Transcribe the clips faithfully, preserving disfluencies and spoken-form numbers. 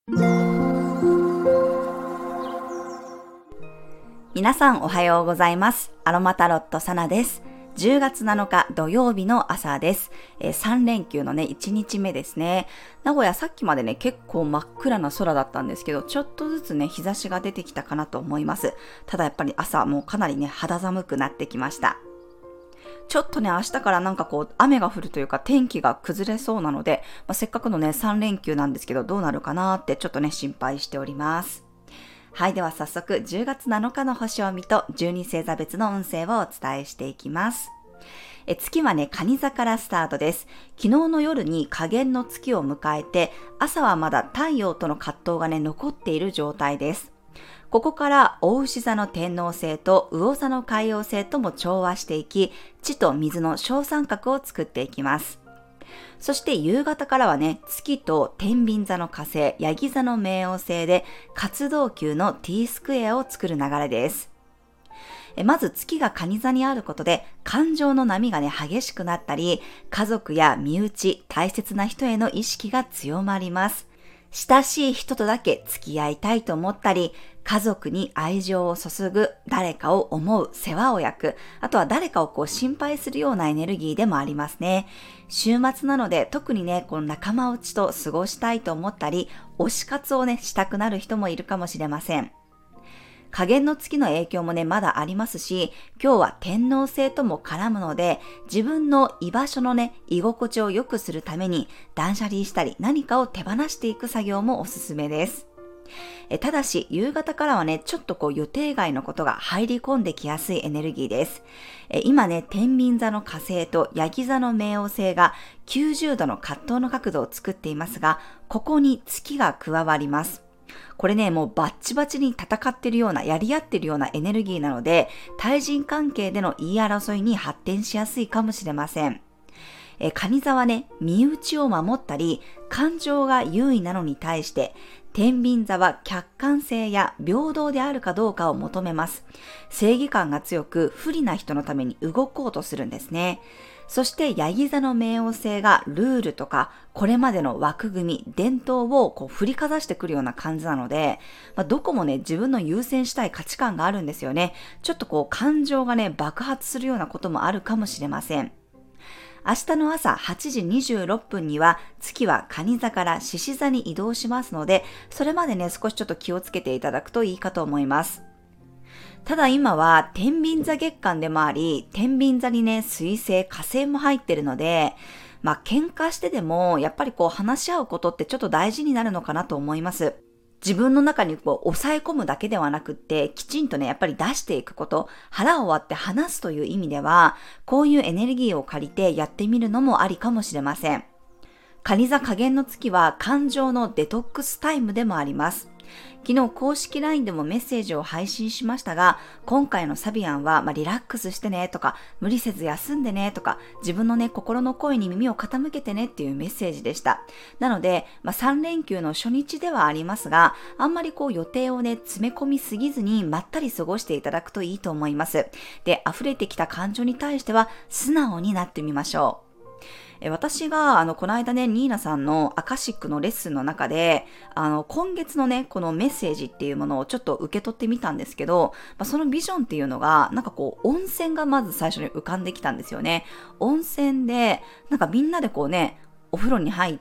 皆さんおはようございます。アロマタロットサナです。じゅうがつなのか土曜日の朝です。えー、さん連休のね、いちにちめですね。名古屋さっきまでね、結構真っ暗な空だったんですけど、ちょっとずつね、日差しが出てきたかなと思います。ただやっぱり朝もうかなりね、肌寒くなってきました。ちょっとね、明日からなんかこう、雨が降るというか天気が崩れそうなので、まあ、せっかくのね、さん連休なんですけど、どうなるかなってちょっとね、心配しております。はい、では早速じゅうがつなのかの星を見とじゅうに星座別の運勢をお伝えしていきます。え月はね、蟹座からスタートです。昨日の夜に下弦の月を迎えて、朝はまだ太陽との葛藤がね、残っている状態です。ここから牡牛座の天王星と魚座の海王星とも調和していき、地と水の小三角を作っていきます。そして夕方からはね、月と天秤座の火星、ヤギ座の冥王星で活動球の T スクエアを作る流れです。えまず月が蟹座にあることで感情の波がね、激しくなったり、家族や身内、大切な人への意識が強まります。親しい人とだけ付き合いたいと思ったり、家族に愛情を注ぐ、誰かを思う、世話を焼く、あとは誰かをこう心配するようなエネルギーでもありますね。週末なので特にね、この仲間内と過ごしたいと思ったり、推し活をね、したくなる人もいるかもしれません。下弦の月の影響もね、まだありますし、今日は天王星とも絡むので、自分の居場所のね、居心地を良くするために、断捨離したり、何かを手放していく作業もおすすめです。えただし、夕方からはね、ちょっとこう予定外のことが入り込んできやすいエネルギーです。え今ね、天秤座の火星とヤギ座の冥王星がきゅうじゅうどの葛藤の角度を作っていますが、ここに月が加わります。これね、もうバッチバチに戦ってるような、やり合ってるようなエネルギーなので、対人関係での言い争いに発展しやすいかもしれません。え蟹座はね、身内を守ったり、感情が優位なのに対して、天秤座は客観性や平等であるかどうかを求めます。正義感が強く、不利な人のために動こうとするんですね。そしてヤギ座の冥王星がルールとかこれまでの枠組み、伝統をこう振りかざしてくるような感じなので、まあ、どこもね、自分の優先したい価値観があるんですよね。ちょっとこう感情がね、爆発するようなこともあるかもしれません。明日の朝はちじにじゅうろっぷんには月は蟹座から獅子座に移動しますので、それまでね、少しちょっと気をつけていただくといいかと思います。ただ今は天秤座月間でもあり、天秤座にね、水星、火星も入ってるので、まあ喧嘩してでも、やっぱりこう話し合うことってちょっと大事になるのかなと思います。自分の中にこう抑え込むだけではなくって、きちんとね、やっぱり出していくこと、腹を割って話すという意味では、こういうエネルギーを借りてやってみるのもありかもしれません。蟹座下弦の月は感情のデトックスタイムでもあります。昨日公式 ライン でもメッセージを配信しましたが、今回のサビアンは、まあ、リラックスしてねとか、無理せず休んでねとか、自分のね、心の声に耳を傾けてねっていうメッセージでした。なので、まあ、さん連休の初日ではありますが、あんまりこう予定をね、詰め込みすぎずにまったり過ごしていただくといいと思います。で、溢れてきた感情に対しては素直になってみましょう。私が、あの、この間ね、ニーナさんのアカシックのレッスンの中で、あの、今月のね、このメッセージっていうものをちょっと受け取ってみたんですけど、まあ、そのビジョンっていうのが、なんかこう、温泉がまず最初に浮かんできたんですよね。温泉で、なんかみんなでこうね、お風呂に入って、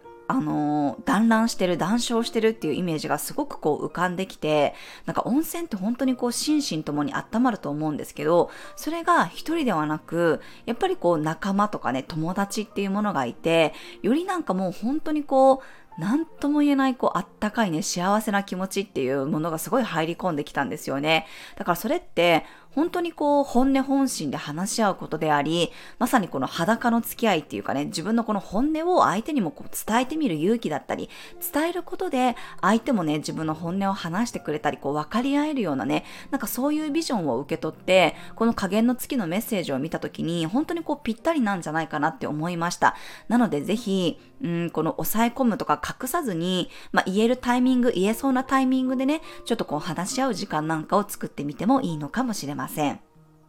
あのー、団らんしてる、談笑してるっていうイメージがすごくこう浮かんできて、なんか温泉って本当にこう心身ともに温まると思うんですけど、それが一人ではなく、やっぱりこう仲間とかね、友達っていうものがいて、よりなんかもう本当にこう、なんとも言えないこうあったかいね、幸せな気持ちっていうものがすごい入り込んできたんですよね。だからそれって本当にこう本音本心で話し合うことであり、まさにこの裸の付き合いっていうかね、自分のこの本音を相手にもこう伝えてみる勇気だったり、伝えることで相手もね、自分の本音を話してくれたり、こう分かり合えるようなね、なんかそういうビジョンを受け取って、この下弦の月のメッセージを見たときに、本当にこうぴったりなんじゃないかなって思いました。なのでぜひ、うん、この抑え込むとか隠さずに、まあ、言えるタイミング、言えそうなタイミングでね、ちょっとこう話し合う時間なんかを作ってみてもいいのかもしれません。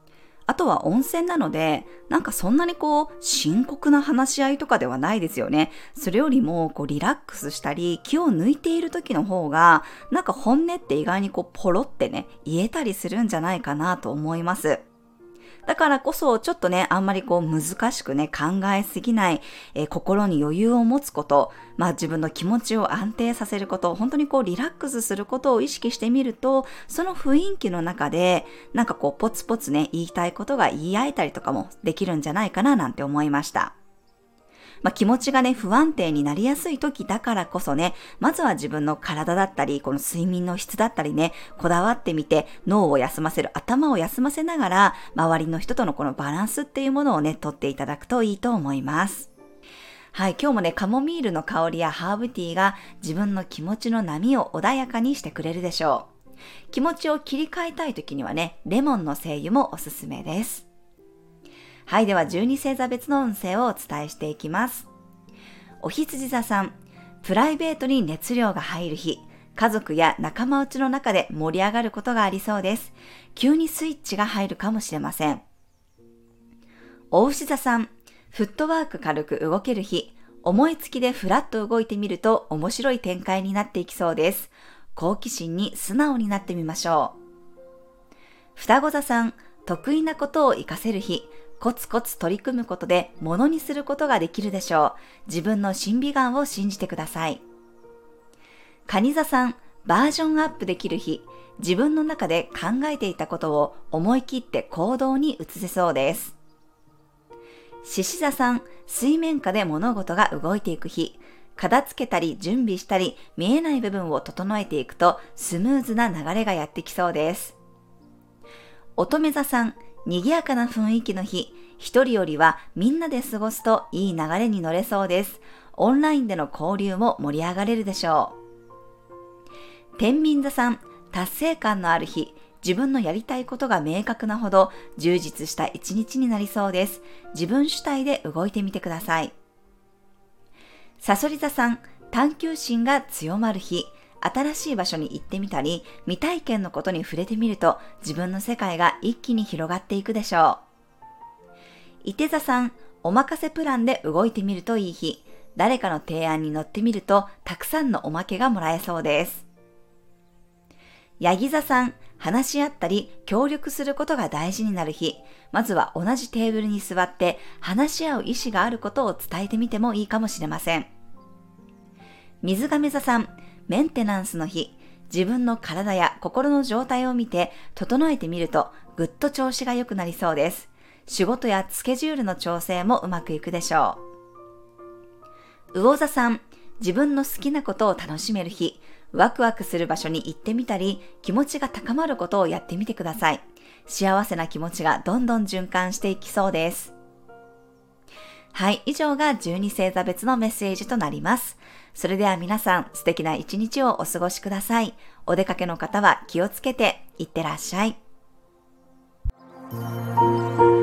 あとは温泉なので、なんかそんなにこう深刻な話し合いとかではないですよね。それよりもこうリラックスしたり気を抜いている時の方が、なんか本音って意外にこうポロってね、言えたりするんじゃないかなと思います。だからこそちょっとね、あんまりこう難しくね、考えすぎない、えー心に余裕を持つこと、まあ自分の気持ちを安定させること、本当にこうリラックスすることを意識してみると、その雰囲気の中で、なんかこうポツポツね、言いたいことが言い合えたりとかもできるんじゃないかななんて思いました。まあ、気持ちがね、不安定になりやすい時だからこそね、まずは自分の体だったり、この睡眠の質だったりね、こだわってみて、脳を休ませる、頭を休ませながら、周りの人とのこのバランスっていうものをね、とっていただくといいと思います。はい、今日もね、カモミールの香りやハーブティーが自分の気持ちの波を穏やかにしてくれるでしょう。気持ちを切り替えたい時にはね、レモンの精油もおすすめです。はい、ではじゅうに星座別の運勢をお伝えしていきます。お羊座さん、プライベートに熱量が入る日、家族や仲間内の中で盛り上がることがありそうです。急にスイッチが入るかもしれません。お牛座さん、フットワーク軽く動ける日、思いつきでフラッと動いてみると面白い展開になっていきそうです。好奇心に素直になってみましょう。双子座さん、得意なことを活かせる日、コツコツ取り組むことでものにすることができるでしょう。自分の審美眼を信じてください。蟹座さん、バージョンアップできる日、自分の中で考えていたことを思い切って行動に移せそうです。獅子座さん、水面下で物事が動いていく日、片付けたり準備したり見えない部分を整えていくとスムーズな流れがやってきそうです。乙女座さん、賑やかな雰囲気の日、一人よりはみんなで過ごすといい流れに乗れそうです。オンラインでの交流も盛り上がれるでしょう。天秤座さん、達成感のある日、自分のやりたいことが明確なほど充実した一日になりそうです。自分主体で動いてみてください。蠍座さん、探求心が強まる日、新しい場所に行ってみたり、未体験のことに触れてみると自分の世界が一気に広がっていくでしょう。射手座さん、お任せプランで動いてみるといい日、誰かの提案に乗ってみるとたくさんのおまけがもらえそうです。ヤギ座さん、話し合ったり協力することが大事になる日、まずは同じテーブルに座って話し合う意思があることを伝えてみてもいいかもしれません。水亀座さん、メンテナンスの日、自分の体や心の状態を見て整えてみるとぐっと調子が良くなりそうです。仕事やスケジュールの調整もうまくいくでしょう。魚座さん、自分の好きなことを楽しめる日、ワクワクする場所に行ってみたり、気持ちが高まることをやってみてください。幸せな気持ちがどんどん循環していきそうです。はい、以上がじゅうに星座別のメッセージとなります。それでは皆さん、素敵な一日をお過ごしください。お出かけの方は気をつけていってらっしゃい。